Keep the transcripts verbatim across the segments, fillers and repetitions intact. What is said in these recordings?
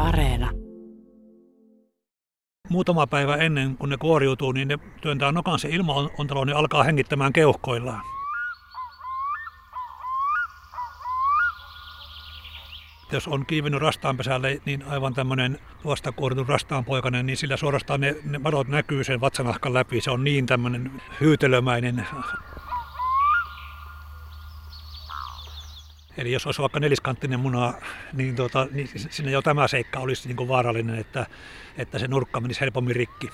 Areena. Muutama päivä ennen kuin ne kuoriutuu, niin ne työntää nokansa ilmaontaloon ja alkaa hengittämään keuhkoillaan. Jos on kiivennyt rastaanpesälle, niin aivan tämmöinen vastakuoritun rastaanpoikainen, niin sillä suorastaan ne, ne madot näkyy sen vatsanahkan läpi. Se on niin tämmöinen hyytelömäinen. Eli jos olisi vaikka neliskanttinen muna, niin, tuota, niin siinä jo tämä seikka olisi niin kuin vaarallinen, että, että se nurkka menisi helpommin rikki.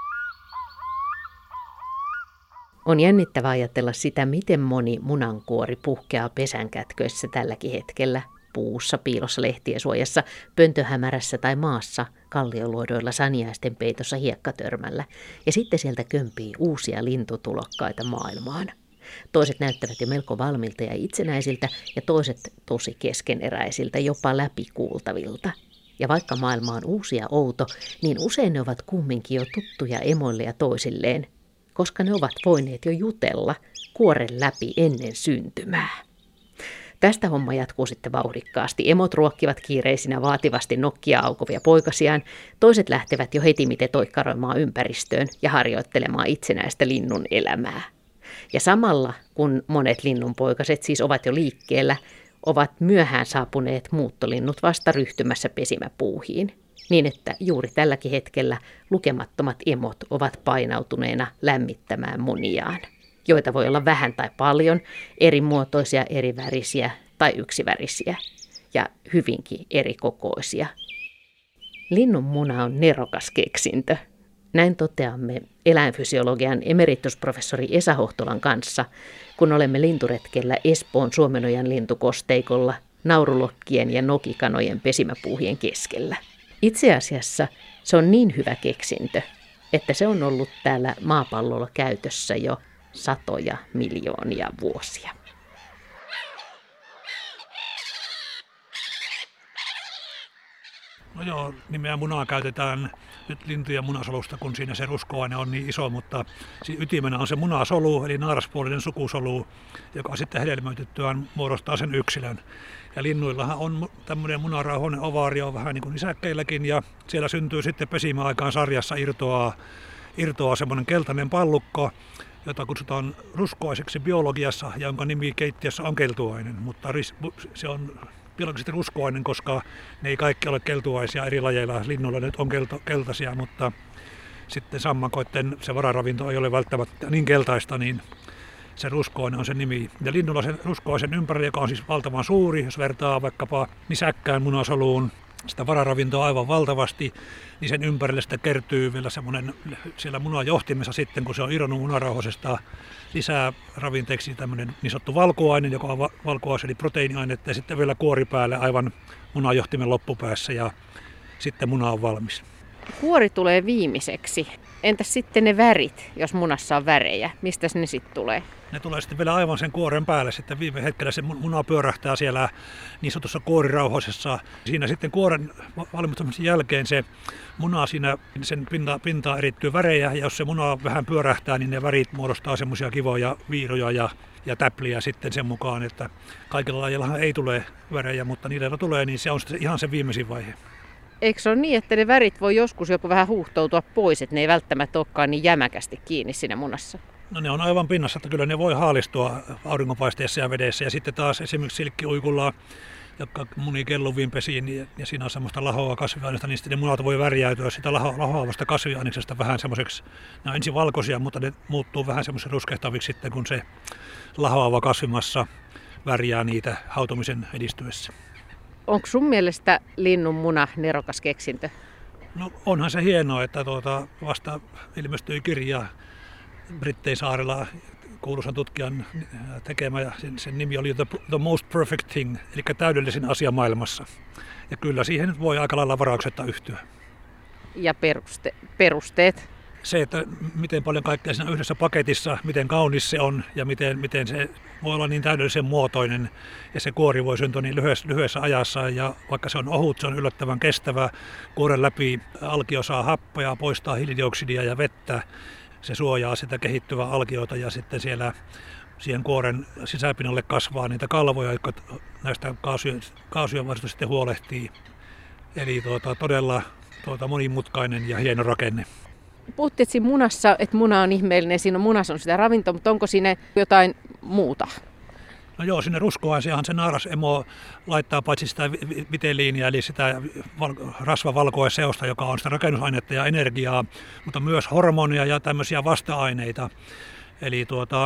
On jännittävää ajatella sitä, miten moni munankuori puhkeaa pesänkätköissä tälläkin hetkellä. Puussa, piilossa, lehtien suojassa, pöntöhämärässä tai maassa, kallioluodoilla, saniaisten peitossa, hiekkatörmällä. Ja sitten sieltä kömpii uusia lintutulokkaita maailmaan. Toiset näyttävät jo melko valmilta ja itsenäisiltä ja toiset tosi keskeneräisiltä, jopa läpikuultavilta. Ja vaikka maailma on uusi ja outo, niin usein ne ovat kumminkin jo tuttuja emoille ja toisilleen, koska ne ovat voineet jo jutella kuoren läpi ennen syntymää. Tästä homma jatkuu sitten vauhdikkaasti. Emot ruokkivat kiireisinä vaativasti nokkia aukovia poikasiaan. Toiset lähtevät jo heti toikkaroimaan ympäristöön ja harjoittelemaan itsenäistä linnun elämää. Ja samalla, kun monet linnunpoikaset siis ovat jo liikkeellä, ovat myöhään saapuneet muuttolinnut vasta ryhtymässä pesimäpuuhiin. Niin että juuri tälläkin hetkellä lukemattomat emot ovat painautuneena lämmittämään muniaan, joita voi olla vähän tai paljon, eri muotoisia, eri värisiä tai yksivärisiä ja hyvinkin eri kokoisia. Linnun muna on nerokas keksintö. Näin toteamme eläinfysiologian emeritusprofessori Esa Hohtolan kanssa, kun olemme linturetkellä Espoon Suomenojan lintukosteikolla naurulokkien ja nokikanojen pesimäpuuhien keskellä. Itse asiassa se on niin hyvä keksintö, että se on ollut täällä maapallolla käytössä jo satoja miljoonia vuosia. No joo, nimeä munaa käytetään nyt lintujen munasolusta, kun siinä se ruskoaine on niin iso, mutta ytimenä on se munasolu, eli naaraspuolinen sukusolu, joka sitten hedelmöityttyään muodostaa sen yksilön. Ja linnuillahan on tämmöinen munarauhoinen ovaario vähän niin kuin nisäkkeilläkin, ja siellä syntyy sitten pesimäaikaan sarjassa irtoaa, irtoaa semmoinen keltainen pallukko, jota kutsutaan ruskoaiseksi biologiassa, ja jonka nimi keittiössä on keltuainen, mutta se on biologisesti ruskoainen, koska ne ei kaikki ole keltuaisia eri lajeilla. Linnuilla nyt on kelta, keltaisia, mutta sitten sammakoiden se vararavinto ei ole välttämättä niin keltaista, niin se ruskoainen on se nimi. Ja linnulla sen ruskoaisen ympärillä, joka on siis valtavan suuri, jos vertaa vaikkapa nisäkkään munasoluun, sitä vararavintoa aivan valtavasti, niin sen ympärille sitä kertyy vielä semmoinen siellä munajohtimessa sitten, kun se on irronnut munarauhasesta lisää ravinteeksi tämmöinen niin sanottu valkuaine, joka on valkuaine eli proteiiniainetta, ja sitten vielä kuori päälle aivan munajohtimen loppupäässä, ja sitten muna on valmis. Kuori tulee viimeiseksi. Entäs sitten ne värit, jos munassa on värejä? Mistä ne sitten tulee? Ne tulee sitten vielä aivan sen kuoren päälle. Sitten viime hetkellä se muna pyörähtää siellä niin sanotussa kuorirauhasessa. Siinä sitten kuoren valmistumisen jälkeen se muna siinä, sen pinta, pintaan erittyy värejä. Ja jos se muna vähän pyörähtää, niin ne värit muodostaa semmoisia kivoja viiroja ja, ja täpliä sitten sen mukaan, että kaikilla lajillahan ei tule värejä, mutta niillä tulee, niin se on sitten ihan se viimeisin vaihe. Eikö se ole niin, että ne värit voi joskus jopa vähän huuhtoutua pois, että ne ei välttämättä olekaan niin jämäkästi kiinni siinä munassa? No ne on aivan pinnassa, että kyllä ne voi haalistua auringonpaisteessa ja vedessä. Ja sitten taas esimerkiksi silkkiuikulla, jotka munii kelluviin pesiin, ja siinä on semmoista lahoavaa kasviainesta, niin sitten ne munat voi värjäytyä sitä laho- lahoavasta kasviaineksesta vähän semmoiseksi. Ne on ensin valkoisia, mutta ne muuttuu vähän semmoisen ruskehtaviksi sitten, kun se lahoava kasvimassa värjää niitä hautumisen edistyessä. Onko sun mielestä linnun muna nerokas keksintö? No onhan se hienoa, että tuota, vasta ilmestyi kirja Brittein saarella kuuluisan tutkijan tekemä, ja sen, sen nimi oli The, The Most Perfect Thing, eli täydellisin asia maailmassa. Ja kyllä siihen nyt voi aika lailla varauksetta yhtyä. Ja peruste, perusteet? Se, että miten paljon kaikkea siinä yhdessä paketissa, miten kaunis se on ja miten, miten se voi olla niin täydellisen muotoinen ja se kuori voi syntyä niin lyhyessä, lyhyessä ajassa, ja vaikka se on ohut, se on yllättävän kestävä. Kuoren läpi alkio saa happea, poistaa hiilidioksidia ja vettä. Se suojaa sitä kehittyvää alkiota, ja sitten siellä siihen kuoren sisäpinnalle kasvaa niitä kalvoja, jotka näistä kaasujen, kaasujen varasta sitten huolehtii. Eli tuota, todella tuota, monimutkainen ja hieno rakenne. Puhuttiin siinä munassa, että muna on ihmeellinen, siinä on munassa on sitä ravintoa, mutta onko siinä jotain muuta? No joo, sinne ruskoaiseenhan se naarasemo laittaa paitsi sitä viteliiniä, eli sitä rasvavalkuaisseosta, joka on sitä rakennusainetta ja energiaa, mutta myös hormonia ja tämmöisiä vasta-aineita. Eli tuota,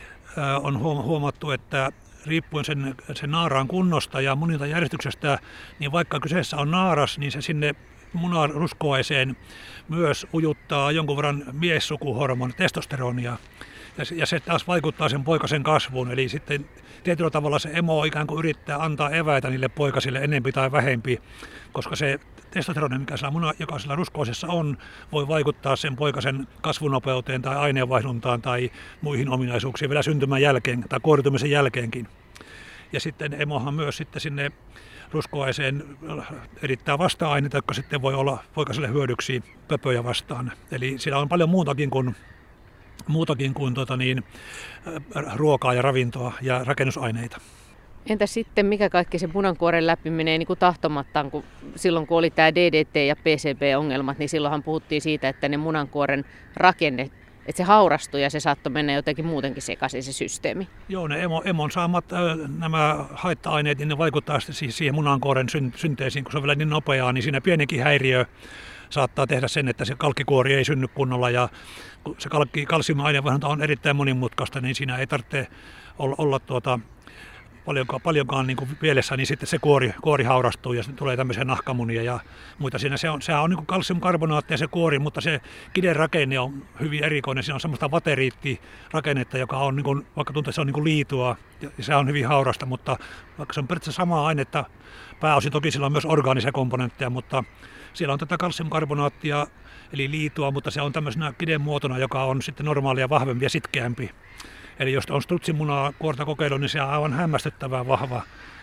on huomattu, että riippuen sen, sen naaraan kunnosta ja muninta järjestyksestä, niin vaikka kyseessä on naaras, niin se sinne munan ruskoaiseen myös ujuttaa jonkun verran miessukuhormoni, testosteronia. Ja se taas vaikuttaa sen poikasen kasvuun, eli sitten tietyllä tavalla se emo ikään kuin yrittää antaa eväitä niille poikasille enempi tai vähempi, koska se testosteroni, mikä sillä muna, joka sillä ruskoisessa on, voi vaikuttaa sen poikasen kasvunopeuteen tai aineenvaihduntaan tai muihin ominaisuuksiin vielä syntymän jälkeen tai kuoritumisen jälkeenkin. Ja sitten emohan myös sitten sinne ruskoaiseen erittää vasta-aineita, jotka sitten voi olla poikaselle hyödyksi pöpöjä vastaan. Eli siellä on paljon muutakin kuin muutakin kuin tuota niin, ruokaa ja ravintoa ja rakennusaineita. Entä sitten mikä kaikki se munankuoren läpi menee niin kuin tahtomattaan, kun silloin kun oli tämä D D T ja P C B-ongelmat, niin silloinhan puhuttiin siitä, että ne munankuoren rakenne, että se haurastui ja se saattoi mennä jotenkin muutenkin sekaisin se systeemi. Joo, ne emo, emon saamat nämä haitta-aineet, niin ne vaikuttaa siis siihen munankuoren synteesiin, kun se on vielä niin nopeaa, niin siinä pienikin häiriö saattaa tehdä sen, että se kalkkikuori ei synny kunnolla ja kun se kalkki, kalsiumaineenvaihdunta on erittäin monimutkaista, niin siinä ei tarvitse olla, olla tuota, paljonkaan, paljonkaan niin kuin pielessä, niin sitten se kuori, kuori haurastuu ja sitten tulee tämmöisiä nahkamunia ja muita. Siinä se on, sehän on niin kuin kalsiumkarbonaattia se kuori, mutta se kiden rakenne on hyvin erikoinen. Siinä on semmoista vateriittirakennetta, joka on, niin kuin, vaikka tuntuu, että se on niin kuin liitua ja se on hyvin haurasta, mutta vaikka se on periaatteessa samaa ainetta, pääosin toki sillä on myös orgaanisia komponentteja, mutta siellä on tätä kalsiumkarbonaattia, eli liitua, mutta se on tämmöisenä kiden muotona, joka on sitten normaalia vahvempi ja sitkeämpi. Eli jos on strutsinmunaa kuorta kokeillut, niin se on aivan hämmästyttävän vahva,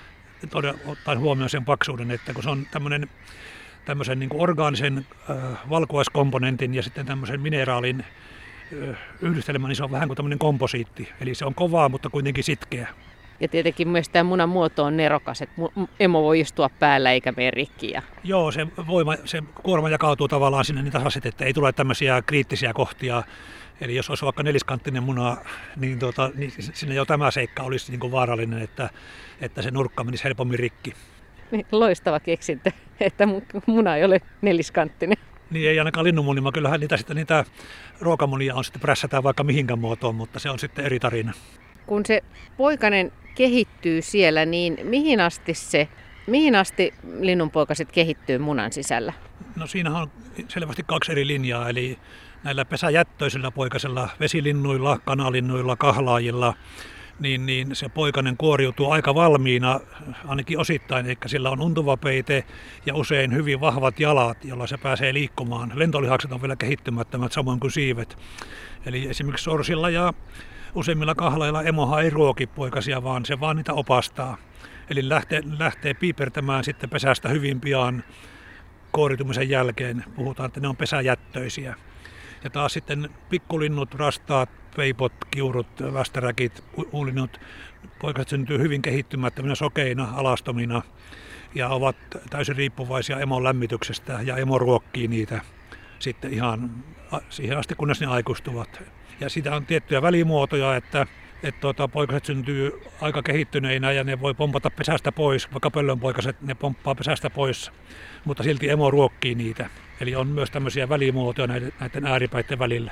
ottaen huomioon sen paksuuden, että kun se on tämmöinen, tämmöisen niin kuin orgaanisen äh, valkuaiskomponentin ja sitten tämmöisen mineraalin äh, yhdistelmä, niin se on vähän kuin tämmöinen komposiitti. Eli se on kovaa, mutta kuitenkin sitkeä. Ja tietenkin myös tämä munan muoto on nerokas, että emo voi istua päällä eikä mene rikki. Ja... Joo, se, voima, se kuorma jakautuu tavallaan sinne niin tasaisesti, että ei tule tämmöisiä kriittisiä kohtia. Eli jos olisi vaikka neliskanttinen muna, niin, tuota, niin sinne jo tämä seikka olisi niin kuin vaarallinen, että, että se nurkka menisi helpommin rikki. Loistava keksintö, että muna ei ole neliskanttinen. Niin ei ainakaan linnunmunima. Kyllähän niitä, sitten, niitä ruokamunia on sitten prässätään vaikka mihinkään muotoon, mutta se on sitten eri tarina. Kun se poikanen kehittyy siellä, niin mihin asti, se, mihin asti linnunpoikaset kehittyy munan sisällä? No siinähän on selvästi kaksi eri linjaa, eli näillä pesäjättöisillä poikasilla, vesilinnuilla, kanalinnuilla, kahlaajilla, niin, niin se poikanen kuoriutuu aika valmiina, ainakin osittain, eli sillä on untuva peite ja usein hyvin vahvat jalat, joilla se pääsee liikkumaan. Lentolihakset on vielä kehittymättömät, samoin kuin siivet. Eli esimerkiksi sorsilla ja useimmilla kahlailla emohan ei ruoki poikasia, vaan se vaan niitä opastaa. Eli lähtee, lähtee piipertämään sitten pesästä hyvin pian kuoritumisen jälkeen. Puhutaan, että ne on pesäjättöisiä. Ja taas sitten pikkulinnut, rastaat, peipot, kiurut, västäräkit, uulinnut, poikaset syntyy hyvin kehittymättöminä, sokeina, alastomina ja ovat täysin riippuvaisia emon lämmityksestä ja emo ruokkii niitä sitten ihan siihen asti, kunnes ne aikuistuvat. Ja siitä on tiettyjä välimuotoja, että, että tuota, poikaset syntyy aika kehittyneinä ja ne voi pompata pesästä pois, vaikka pöllönpoikaset ne pomppaa pesästä pois, mutta silti emo ruokkii niitä. Eli on myös tämmöisiä välimuotoja näiden, näiden ääripäiden välillä.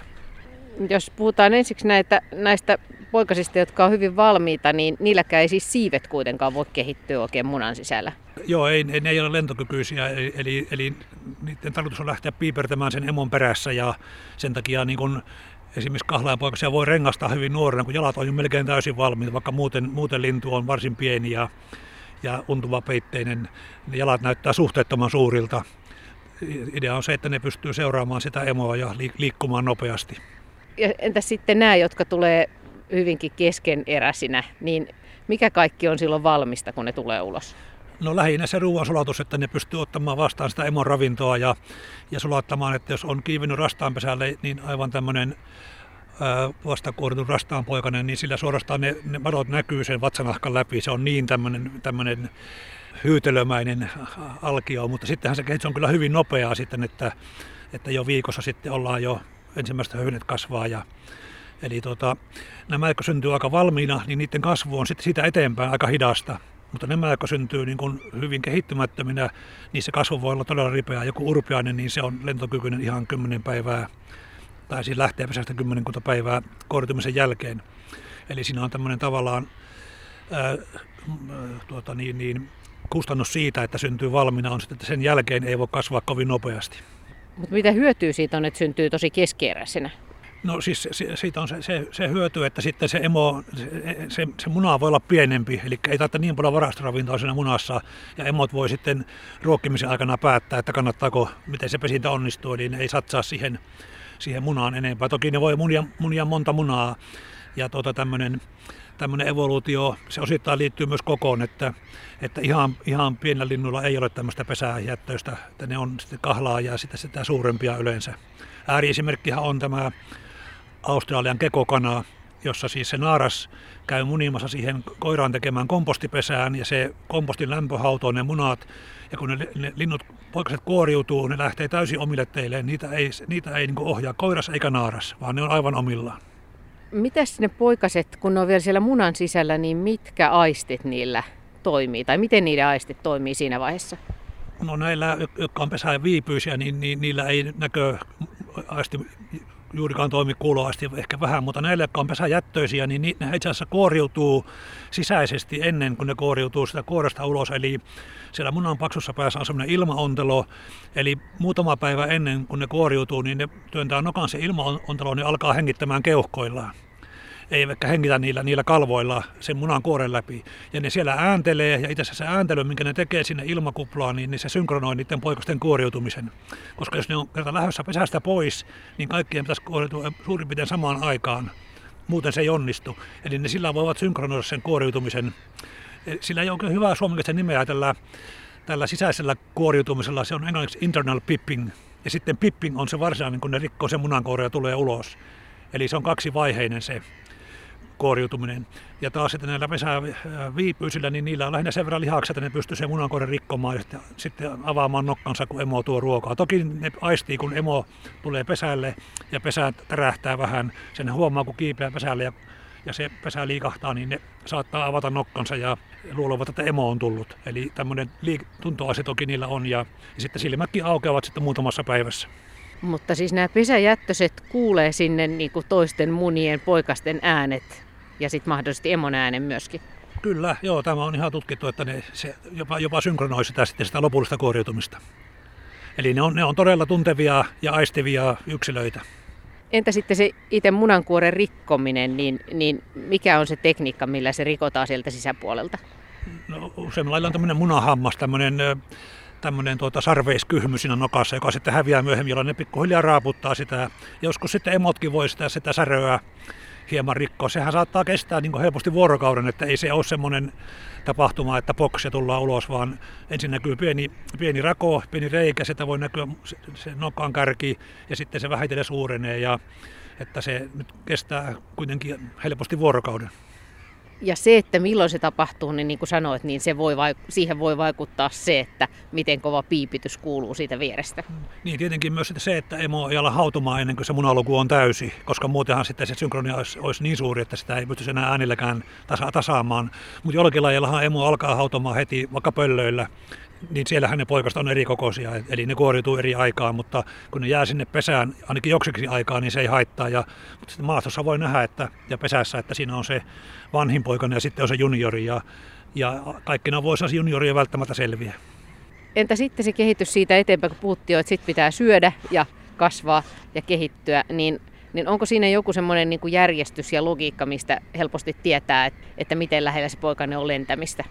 Jos puhutaan ensiksi näitä, näistä poikasista, jotka on hyvin valmiita, niin niilläkään ei siis siivet kuitenkaan voi kehittyä oikein munan sisällä. Joo, ei, ne ei ole lentokykyisiä, eli, eli, eli niiden tarkoitus on lähteä piipertämään sen emon perässä ja sen takia niin kun esimerkiksi kahlaajapoikasia voi rengastaa hyvin nuorena, kun jalat on jo melkein täysin valmiita, vaikka muuten, muuten lintu on varsin pieni ja, ja untuvapeitteinen. Ne jalat näyttää suhteettoman suurilta. Idea on se, että ne pystyy seuraamaan sitä emoa ja liikkumaan nopeasti. Ja entäs sitten nämä, jotka tulee hyvinkin keskeneräisinä, niin mikä kaikki on silloin valmista, kun ne tulee ulos? No lähinnä se ruoansulatus, että ne pystyy ottamaan vastaan sitä emon ravintoa ja, ja sulattamaan, että jos on kiivinnyt rastaanpesälle, niin aivan tämmöinen vastakuoritun rastaanpoikainen, niin sillä suorastaan ne, ne madot näkyy sen vatsanahkan läpi. Se on niin tämmöinen, tämmöinen hyytelömäinen alkio, mutta sittenhän se kehitys on kyllä hyvin nopeaa sitten, että, että jo viikossa sitten ollaan jo ensimmäiset höyhenet kasvaa. Ja, eli tota, nämä, jotka syntyy aika valmiina, niin niiden kasvu on sitten siitä eteenpäin aika hidasta. Mutta nämä, jotka syntyy niin kuin hyvin kehittymättöminä, niin se kasvu voi olla todella ripeää. Joku urpiainen, niin se on lentokykyinen ihan kymmenen päivää, tai siis lähtee pesästä kymmenkunta päivää kuoriutumisen jälkeen. Eli siinä on tämmöinen tavallaan ää, tuota, niin, niin, kustannus siitä, että syntyy valmiina, on sitten, että sen jälkeen ei voi kasvaa kovin nopeasti. Mutta mitä hyötyä siitä on, että syntyy tosi keskeeräisenä? No siis se, siitä on se, se, se hyöty, että sitten se emo, se, se, se muna voi olla pienempi, eli ei tarvitse niin paljon varastoravintoa siinä munassa, ja emot voi sitten ruokkimisen aikana päättää, että kannattaako, miten se pesintä onnistuu, eli ne ei satsaa siihen, siihen munaan enempää. Toki ne voi munia, munia monta munaa, ja tuota, tämmöinen tämmöinen evoluutio, se osittain liittyy myös kokoon, että, että ihan, ihan pienillä linnuilla ei ole tämmöistä pesäjättöistä, että ne on sitten kahlaa ja sitä, sitä suurempia yleensä. Ääriesimerkkihän on tämä Australian kekokana, jossa siis se naaras käy munimassa siihen koiraan tekemään kompostipesään ja se kompostin lämpö hautoo ne munat. Ja kun ne, ne linnut, poikaset kuoriutuu, ne lähtee täysin omille teilleen. Niitä ei, niitä ei niin kuin ohjaa koiras eikä naaras, vaan ne on aivan omillaan. Mitäs ne poikaset, kun ne on vielä siellä munan sisällä, niin mitkä aistit niillä toimii? Tai miten niiden aistit toimii siinä vaiheessa? No näillä, jotka on pesään viipyisiä, niin, niin niillä ei näköaisti juurikaan toimi, kuuloaisti ehkä vähän, mutta näillä, jotka on pesäjättöisiä, niin ne itse asiassa kuoriutuu sisäisesti ennen kuin ne kuoriutuu sitä kuoresta ulos. Eli siellä munan paksussa päässä on sellainen ilmaontelo, eli muutama päivä ennen kuin ne kuoriutuu, niin ne työntää nokan se ilmaontelo, niin alkaa hengittämään keuhkoillaan. Ei vaikka hengitä niillä, niillä kalvoilla sen munan kuoren läpi. Ja ne siellä ääntelee, ja itse asiassa se ääntely, minkä ne tekee sinne ilmakuplaan, niin se synkronoi niiden poikasten kuoriutumisen. Koska jos ne on kerta lähdössä pesästä pois, niin kaikkien pitäisi kuoriutua suurin piirtein samaan aikaan. Muuten se ei onnistu. Eli ne sillä voivat synkronoida sen kuoriutumisen. Sillä ei ole oikein hyvää suomalaista nimeä tällä, tällä sisäisellä kuoriutumisella. Se on englanniksi internal pipping. Ja sitten pipping on se varsinainen, kun ne rikkoo sen munankuoren ja tulee ulos. Eli se on kaksivaiheinen se kuoriutuminen. Ja taas sitten näillä pesäviipyisillä, niin niillä on lähinnä sen verran lihakset, että ne pystyy sen munankuoren rikkomaan ja sitten, sitten avaamaan nokkansa, kun emo tuo ruokaa. Toki ne aistii, kun emo tulee pesälle ja pesä tärähtää vähän. Sen huomaa, kun kiipeää pesälle ja, ja se pesä liikahtaa, niin ne saattaa avata nokkansa ja luulevat, että emo on tullut. Eli tämmöinen liik- tuntoasia toki niillä on ja, ja sitten silmätkin aukeavat sitten muutamassa päivässä. Mutta siis nämä pesäjättöiset kuulee sinne niin kuin toisten munien poikasten äänet ja sitten mahdollisesti emon äänen myöskin. Kyllä, joo, tämä on ihan tutkittu, että ne se jopa, jopa synkronoi sitä, sitten sitä lopullista kuoriutumista. Eli ne on, ne on todella tuntevia ja aistivia yksilöitä. Entä sitten se itse munankuoren rikkominen, niin, niin mikä on se tekniikka, millä se rikotaan sieltä sisäpuolelta? No, useimmilla lailla on tämmöinen munahammas, tämmöinen tämmöinen tuota sarveiskyhmy siinä nokassa, joka sitten häviää myöhemmin, jolloin ne pikkuhiljaa raaputtaa sitä. Joskus sitten emotkin voi sitä, sitä säröä hieman rikkoa. Sehän saattaa kestää niin kuin helposti vuorokauden, että ei se ole semmoinen tapahtuma, että poksia tullaan ulos, vaan ensin näkyy pieni, pieni rako, pieni reikä, sitä voi näkyä se, se nokan kärki ja sitten se vähitellen suurenee ja että se nyt kestää kuitenkin helposti vuorokauden. Ja se, että milloin se tapahtuu, niin niin kuin sanoit, niin se voi vaik- siihen voi vaikuttaa se, että miten kova piipitys kuuluu siitä vierestä. Niin, tietenkin myös se, että emo ei ala hautumaan ennen kuin se munaluku on täysi, koska muutenhan sitten se synkronia olisi, olisi niin suuri, että sitä ei pystyisi enää äänilläkään tasa- tasaamaan. Mutta jollakin lajillahan emo alkaa hautumaan heti vaikka pöllöillä, niin siellähän ne poikaset on eri kokoisia, eli ne kuoriutuu eri aikaan, mutta kun ne jää sinne pesään ainakin joksikin aikaa, niin se ei haittaa. Ja, mutta sitten maastossa voi nähdä, että, ja pesässä, että siinä on se vanhin poikainen ja sitten on se juniori, ja, ja kaikkina voi saada junioria välttämättä selviä. Entä sitten se kehitys siitä eteenpäin, kun puhuttiin, että sitten pitää syödä ja kasvaa ja kehittyä, niin, niin onko siinä joku semmoinen niin kuin järjestys ja logiikka, mistä helposti tietää, että, että miten lähellä se poikainen on lentämistä?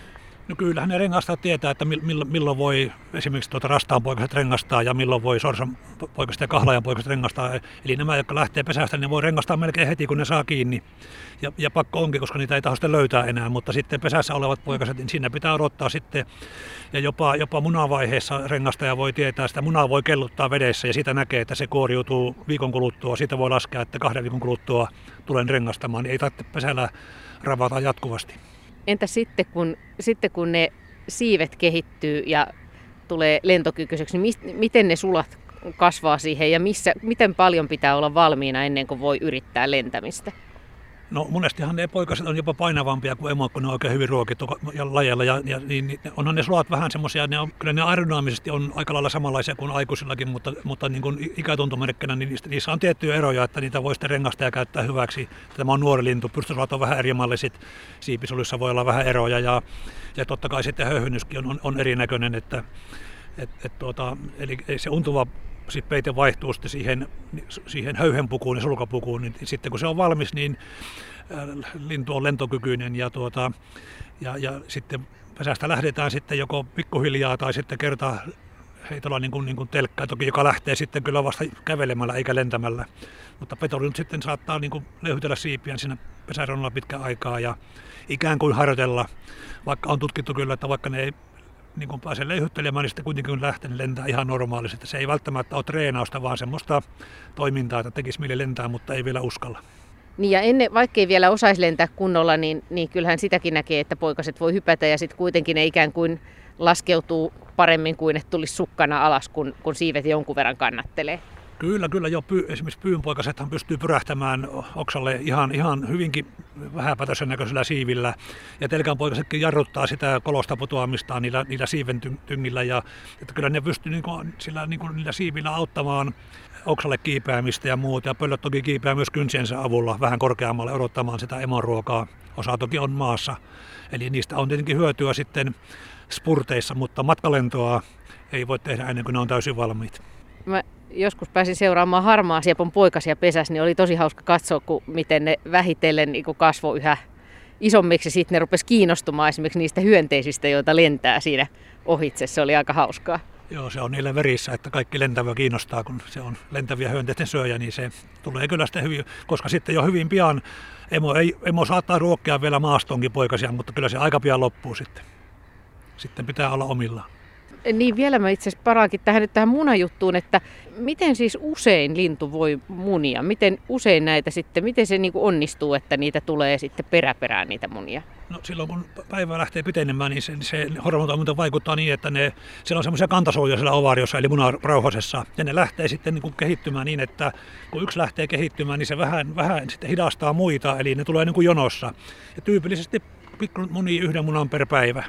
No kyllähän ne rengastajat tietää, että milloin voi esimerkiksi tuota rastaanpoikaset rengastaa ja milloin voi sorsan poikaset ja kahlaajan poikaset rengastaa. Eli nämä, jotka lähtee pesästä, ne voi rengastaa melkein heti, kun ne saa kiinni. Ja, ja pakko onkin, koska niitä ei tahdo sitten löytää enää, mutta sitten pesässä olevat poikaset, niin siinä pitää odottaa sitten. Ja jopa, jopa munavaiheessa rengastaja voi tietää, sitä munaa voi kelluttaa vedessä ja siitä näkee, että se kuoriutuu viikon kuluttua. Siitä voi laskea, että kahden viikon kuluttua tulen rengastamaan. Ei tarvitse pesällä ravata jatkuvasti. Entä sitten kun, sitten kun ne siivet kehittyy ja tulee lentokykyiseksi, niin mist, miten ne sulat kasvaa siihen ja missä, miten paljon pitää olla valmiina ennen kuin voi yrittää lentämistä? No monestihan ne poikaset on jopa painavampia kuin emot, kun ne on oikein hyvin ruokittu ja lajeilla. Ja, ja niin, niin, onhan ne sulat vähän semmoisia, ne on, kyllä ne aerodynaamisesti on aika lailla samanlaisia kuin aikuisillakin, mutta, mutta niin kuin ikätuntomerkkinä niin niissä, niissä on tiettyjä eroja, että niitä voi sitten rengasta ja käyttää hyväksi. Tämä on nuori lintu, pystysulat on vähän eri malliset, siipisoluissa voi olla vähän eroja ja, ja totta kai sitten höyhennyskin on, on, on erinäköinen, että et, et, tuota, eli se untuva sitten peite vaihtuu sitten siihen, siihen höyhenpukuun ja sulkapukuun, niin sitten kun se on valmis, niin lintu on lentokykyinen ja, tuota, ja, ja sitten pesästä lähdetään sitten joko pikkuhiljaa tai sitten kertaa heitolla niin kuin, niin kuin telkkää, toki joka lähtee sitten kyllä vasta kävelemällä eikä lentämällä, mutta petoli sitten saattaa niin kuin löyhytellä siipiään siinä pesärannalla pitkän aikaa ja ikään kuin harjoitella, vaikka on tutkittu kyllä, että vaikka ne ei niin kun pääsee löyhyttelemään, niin sitten kuitenkin lähtee lentää ihan normaalisti. Se ei välttämättä ole treenausta, vaan semmoista toimintaa, että tekisi mieli lentää, mutta ei vielä uskalla. Niin ja ennen, vaikkei vielä osaisi lentää kunnolla, niin, niin kyllähän sitäkin näkee, että poikaset voi hypätä ja sitten kuitenkin ne ikään kuin laskeutuu paremmin kuin että tulisi sukkana alas, kun, kun siivet jonkun verran kannattelee. Kyllä, kyllä jo. Pyy, esimerkiksi pyynpoikasethan pystyy pyrähtämään oksalle ihan, ihan hyvinkin vähäpätöisen näköisellä siivillä. Ja telkänpoikasetkin jarruttaa sitä kolosta putoamistaan niillä, niillä siiven tyngillä. Ja, että kyllä ne pystyy niin kuin, sillä, niin kuin niillä siivillä auttamaan oksalle kiipeämistä ja muuta. Ja pöllöt toki kiipeää myös kynsiensä avulla vähän korkeammalle odottamaan sitä emonruokaa. Osa toki on maassa. Eli niistä on tietenkin hyötyä sitten spurteissa, mutta matkalentoa ei voi tehdä ennen kuin ne on täysin valmiit. Mä joskus pääsin seuraamaan harmaasiepon poikasia pesässä, niin oli tosi hauska katsoa, kun miten ne vähitellen niin kasvoi yhä isommiksi. Ja sitten ne rupesi kiinnostumaan esimerkiksi niistä hyönteisistä, joita lentää siinä ohitse. Se oli aika hauskaa. Joo, se on niillä verissä, että kaikki lentävä kiinnostaa, kun se on lentäviä hyönteisten syöjä, niin se tulee kyllä sitten hyvin, koska sitten jo hyvin pian emo, ei, emo saattaa ruokkia vielä maastonkin poikasia, mutta kyllä se aika pian loppuu sitten. Sitten pitää olla omillaan. Niin vielä mä itse asiassa paraankin tähän, tähän munajuttuun, että miten siis usein lintu voi munia? Miten usein näitä sitten, miten se niin kuin onnistuu, että niitä tulee sitten peräperään niitä munia? No silloin kun päivä lähtee pitenemään, niin se, se hormonitoiminta vaikuttaa niin, että ne, siellä on semmoisia kantasoluja siellä ovaariossa eli munarauhasessa. Ja ne lähtee sitten niin kuin kehittymään niin, että kun yksi lähtee kehittymään, niin se vähän, vähän sitten hidastaa muita, eli ne tulee niin kuin jonossa. Ja tyypillisesti pikku munii yhden munan per päivä.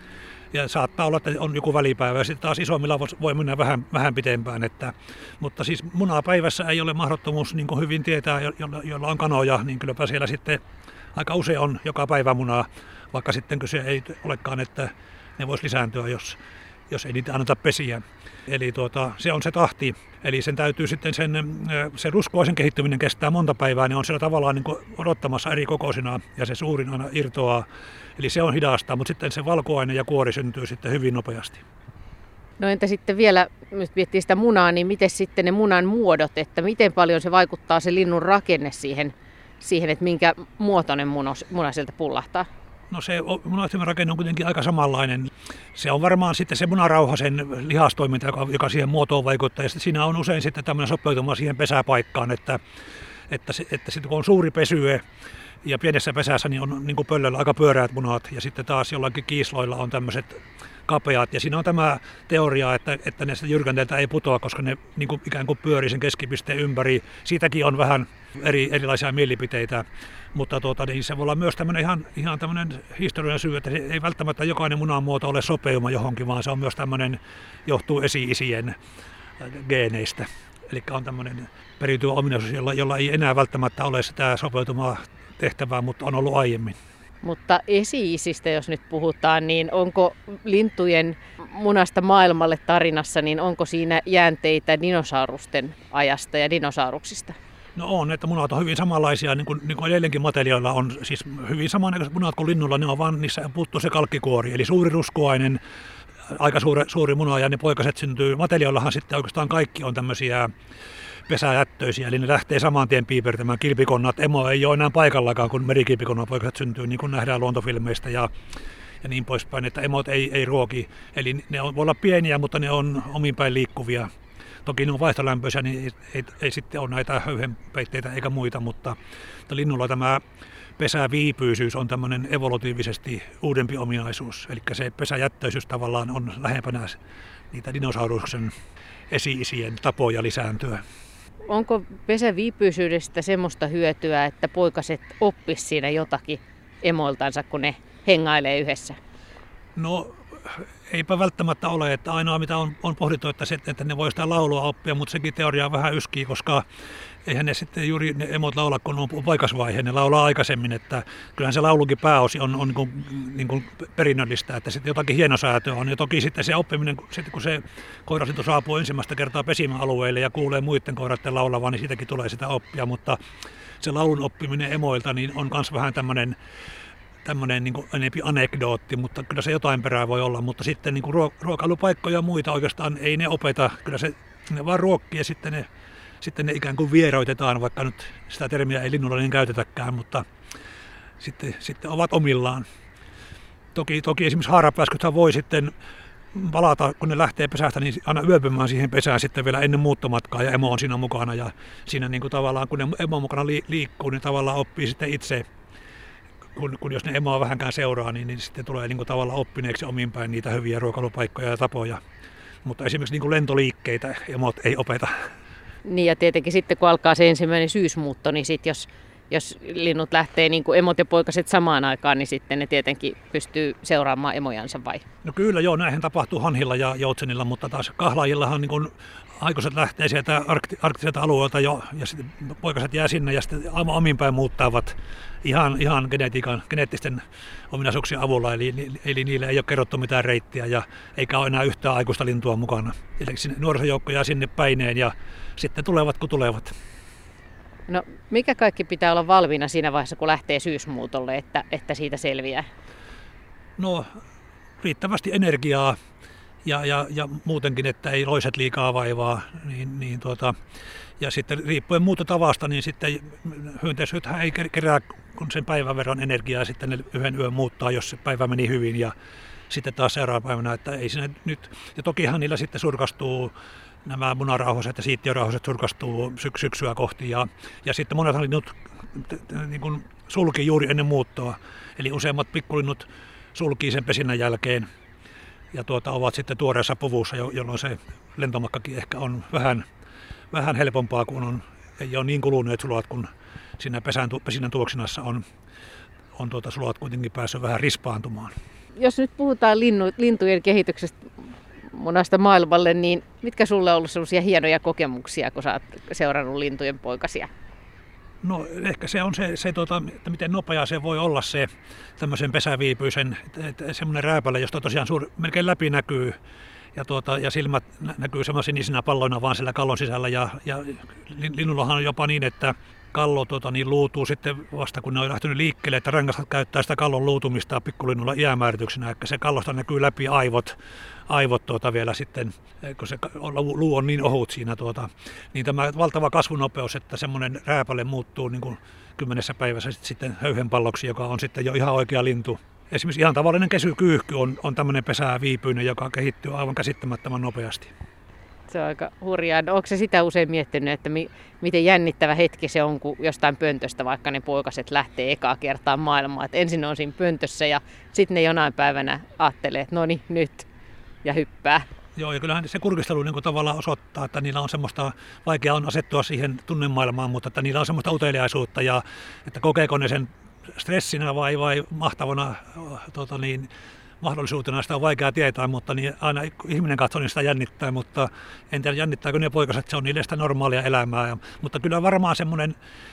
Ja saattaa olla, että on joku välipäivä ja sitten taas isommilla voi mennä vähän, vähän pitempään. Että, mutta siis munaa päivässä ei ole mahdottomuus niin kuin hyvin tietää, jolla, jolla on kanoja, niin kylläpä siellä sitten aika usein on joka päivä munaa, vaikka sitten kyse ei olekaan, että ne voisi lisääntyä, jos, jos ei niitä anneta pesiä. Eli tuota, se on se tahti. Eli sen täytyy sitten sen, se ruskoisen kehittyminen kestää monta päivää, ne on siellä tavallaan niin kuin odottamassa eri kokoisina ja se suurin aina irtoaa. Eli se on hidasta, mutta sitten se valkuaine ja kuori syntyy sitten hyvin nopeasti. No entä sitten vielä, nyt miettii sitä munaa, niin miten sitten ne munan muodot, että miten paljon se vaikuttaa se linnun rakenne siihen, siihen että minkä muotoinen muna, muna sieltä pullahtaa? No se munahtimen rakenne on kuitenkin aika samanlainen. Se on varmaan sitten se munarauhasen lihastoiminta, joka, joka siihen muotoon vaikuttaa. Ja siinä on usein sitten tämmöinen sopeutuma siihen pesäpaikkaan, että, että, se, että sitten kun on suuri pesye ja pienessä pesässä, niin on niin kuin pöllöllä aika pyöreät munat. Ja sitten taas jollakin kiisloilla on tämmöiset kapeat. Ja siinä on tämä teoria, että, että ne jyrkänteiltä ei putoa, koska ne niin kuin ikään kuin pyörii sen keskipisteen ympäri. Siitäkin on vähän eri, erilaisia mielipiteitä. Mutta tuota, niin se voi olla myös tämmöinen ihan, ihan tämmöinen historiallinen syy, että se ei välttämättä jokainen munamuoto ole sopeuma johonkin, vaan se on myös tämmöinen, johtuu esi-isien geeneistä. Eli on tämmöinen periytyvä ominaisuus, jolla, jolla ei enää välttämättä ole sitä sopeutumaa tehtävää, mutta on ollut aiemmin. Mutta esi-isistä, jos nyt puhutaan, niin onko lintujen munasta maailmalle tarinassa, niin onko siinä jäänteitä dinosaurusten ajasta ja dinosauruksista? No on, että munat on hyvin samanlaisia, niin kuin, niin kuin edelleenkin materiaalilla on siis hyvin samannäköiset munat kuin linnulla, ne on vaan niissä puuttuu se kalkkikuori, eli suuri ruskuainen, aika suuri, suuri muna ja ne poikaset syntyy. Materiaalillahan sitten oikeastaan kaikki on tämmöisiä pesäjättöisiä, eli ne lähtee saman tien piipertämään. Kilpikonnat, emo ei ole enää paikallakaan, kun merikilpikonnan poikaset syntyy, niin kuin nähdään luontofilmeistä ja, ja niin poispäin, että emot ei, ei ruoki. Eli ne on, voi olla pieniä, mutta ne on omin päin liikkuvia. Toki ne on vaihtolämpöisiä, niin ei, ei, ei sitten ole näitä höyhenpeitteitä eikä muita, mutta, mutta linnulla tämä pesäviipyisyys on tämmöinen evolutiivisesti uudempi ominaisuus. Eli se pesäjättöisyys tavallaan on lähempänä niitä dinosauruksen esi-isien tapoja lisääntyä. Onko pesäviipyisyydestä semmoista hyötyä, että poikaset oppis siinä jotakin emoiltansa, kun ne hengailee yhdessä? No eipä välttämättä ole, että ainoa mitä on, on pohdittu, että, se, että ne voi sitä laulua oppia, mutta sekin teoria vähän yskii, koska eihän ne sitten juuri ne emot laula, kun on paikasvaihe, ne laulaa aikaisemmin, että kyllähän se laulukin pääosi on, on niin kuin, niin kuin perinnöllistä, että sitten jotakin hienosäätöä on. Ja toki sitten se oppiminen, sitten kun se koirasinto saapuu ensimmäistä kertaa pesimäalueelle ja kuulee muiden koiraiden laulavan, niin siitäkin tulee sitä oppia, mutta se laulun oppiminen emoilta niin on myös vähän tämmöinen tämmöinen niin kuin enempi anekdootti, mutta kyllä se jotain perää voi olla, mutta sitten niin kuin ruokailupaikkoja ja muita oikeastaan ei ne opeta, kyllä se ne vaan ruokkii ja sitten ne, sitten ne ikään kuin vieroitetaan, vaikka nyt sitä termiä ei linnulla niin käytetäkään, mutta sitten, sitten ovat omillaan. Toki, toki esimerkiksi haarapääskythän voi sitten palata, kun ne lähtee pesästä, niin aina yöpymään siihen pesään sitten vielä ennen muuttomatkaa ja emo on siinä mukana ja siinä niin kuin tavallaan, kun ne emo mukana liikkuu, niin tavallaan oppii sitten itse. Kun, kun jos ne emoa vähänkään seuraa, niin, niin sitten tulee niin kuin tavallaan oppineeksi omin päin niitä hyviä ruokailupaikkoja ja tapoja. Mutta esimerkiksi niin kuin lentoliikkeitä emot ei opeta. Niin ja tietenkin sitten kun alkaa se ensimmäinen syysmuutto, niin sitten jos, jos linnut lähtee niin kuin emot ja poikaset samaan aikaan, niin sitten ne tietenkin pystyy seuraamaan emojansa vai? No kyllä joo, näinhän tapahtuu hanhilla ja joutsenilla, mutta taas kahlaajillahan niin kuin aikuiset lähtee sieltä arkti, arktiselta alueelta jo ja sitten poikaset jää sinne ja sitten omin päin muuttavat ihan, ihan genetiikan, geneettisten ominaisuuksien avulla, eli, eli niille ei ole kerrottu mitään reittiä ja eikä ole enää yhtään aikuista lintua mukana. Eli nuorisojoukko jää sinne päineen ja sitten tulevat kun tulevat. No mikä kaikki pitää olla valmiina siinä vaiheessa, kun lähtee syysmuutolle, että, että siitä selviää? No riittävästi energiaa. Ja, ja, ja muutenkin, että ei loiset liikaa vaivaa, niin, niin tuota, ja sitten riippuen muutotavasta, niin sitten hyönteisythän ei kerää kun sen päivän verran energiaa, sitten ne yhden yön muuttaa, jos se päivä meni hyvin, ja sitten taas seuraavana päivänä, että ei siinä nyt, ja tokihan niillä sitten surkastuu, nämä munarauhaset ja siittiörauhaset surkastuu syk- syksyä kohti, ja, ja sitten monethan linnut niin kuin sulki juuri ennen muuttoa, eli useimmat pikkulinnut sulkii sen pesinnän jälkeen, ja tuota, ovat sitten tuoreessa puvussa, jolloin se lentomakkakin ehkä on vähän, vähän helpompaa, kun on, ei ole niin kuluneet sulat, kun siinä pesän, pesinnän tuoksinassa on, on tuota, sulat kuitenkin päässyt vähän rispaantumaan. Jos nyt puhutaan linnu, lintujen kehityksestä munasta maailmalle, niin mitkä sulle on ollut sellaisia hienoja kokemuksia, kun sä oot seurannut lintujen poikasia? No ehkä se on se, se tuota, että miten nopeaa se voi olla se tämmöisen pesäviipyisen, että semmoinen rääpäle, josta tosiaan suur, melkein läpi näkyy ja, tuota, ja silmät näkyy semmoisen sinisinä palloina vaan siellä kallon sisällä ja, ja linnullahan on jopa niin, että kallo tuota, niin luutuu sitten vasta kun ne on lähtenyt liikkeelle, että rangastat käyttää sitä kallon luutumista pikkulinnulla iämäärityksenä, että se kallosta näkyy läpi aivot, aivot tuota vielä sitten, kun se luu on niin ohut siinä, tuota, niin tämä valtava kasvunopeus, että semmoinen rääpäle muuttuu niin kuin kymmenessä päivässä sitten höyhenpalloksi, joka on sitten jo ihan oikea lintu. Esimerkiksi ihan tavallinen kesykyyhky on, on tämmöinen pesäviipyinen, joka kehittyy aivan käsittämättömän nopeasti. Se on aika hurjaa. Onko se sitä usein miettinyt, että mi- miten jännittävä hetki se on, kun jostain pöntöstä vaikka ne poikaset lähtee ekaa kertaa maailmaan. Et ensin on siinä pöntössä ja sitten ne jonain päivänä ajattelee, että no niin, nyt ja hyppää. Joo, ja kyllähän se kurkistelu niin kuin tavallaan osoittaa, että niillä on semmoista, vaikea on asettua siihen tunnemaailmaan, mutta että niillä on semmoista uteliaisuutta ja että kokeeko ne sen stressinä vai, vai mahtavana tota niin, mahdollisuutena, sitä on vaikea tietää, mutta niin aina ihminen katsoo, niin sitä jännittää, mutta en tiedä jännittääkö ne poikaset, se on niille sitä normaalia elämää. Ja, mutta kyllä varmaan semmoinen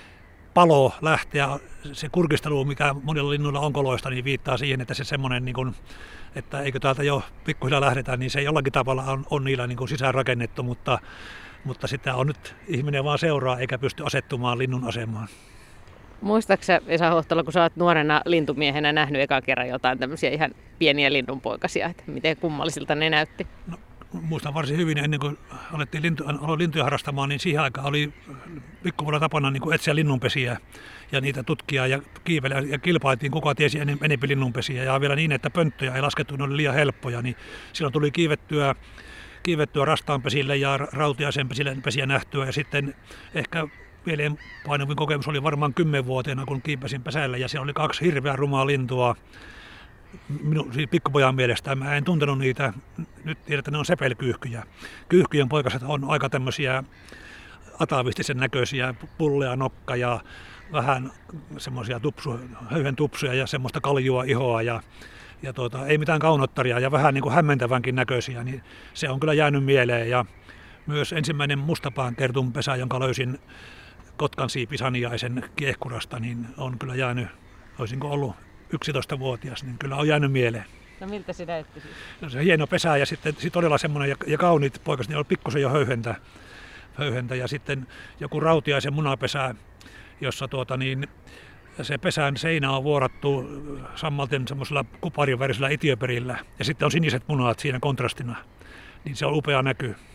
palo lähteä, se kurkistelu, mikä monilla linnuilla on koloista, niin viittaa siihen, että se semmoinen, niin kuin, että eikö täältä jo pikkuhiljaa lähdetään, niin se jollakin tavalla on, on niillä niin kuin sisäänrakennettu, mutta, mutta sitä on nyt ihminen vaan seuraa eikä pysty asettumaan linnun asemaan. Muistaaksä Esa Hohtala, kun sä oot nuorena lintumiehenä nähnyt ekan kerran jotain tämmöisiä ihan pieniä linnunpoikasia, että miten kummallisilta ne näytti? No, muistan varsin hyvin, ennen kuin alettiin lintu, aloin lintuja harrastamaan, niin siihen aikaan oli pikkuvuonna tapana niin kuin etsiä linnunpesiä ja niitä tutkia ja kiivellä ja kilpailtiin, kuka tiesi enempi linnunpesiä ja vielä niin, että pönttöjä ei laskettu, ne oli liian helppoja, niin silloin tuli kiivettyä kiivettyä rastaanpesille ja rautiaisen pesiä nähtyä ja sitten ehkä mieleenpainuvin kokemus oli varmaan kymmenvuotiaana, kun kiipesin pesällä ja siellä oli kaksi hirveän rumaa lintua. Minun siis pikkupojan mielestä mä en tuntenut niitä. Nyt tiedän, että ne on sepelkyyhkyjä. Kyyhkyjen poikaset on aika tämmöisiä atavistisen näköisiä, pullea nokka ja vähän semmoisia tupsu, höyhen tupsuja ja semmoista kaljua ihoa ja, ja tuota, ei mitään kaunottaria ja vähän niin kuin hämmentävänkin näköisiä, niin se on kyllä jäänyt mieleen. Ja myös ensimmäinen mustapään kertunpesä, jonka löysin Kotkansiipisaniaisen kiehkurasta, niin on kyllä jäänyt, olisinko ollut yksitoistavuotias, niin kyllä on jäänyt mieleen. No miltä se näytti siis? No, se hieno pesä ja sitten sit todella semmoinen ja, ja kauniit poikaset, niin oli pikkusen jo höyhentä, höyhentä ja sitten joku rautiaisen munapesä, jossa tuota niin, se pesän seinä on vuorattu sammalten semmoisella kuparivärisellä itiöperillä ja sitten on siniset munat siinä kontrastina, niin se on upea näky.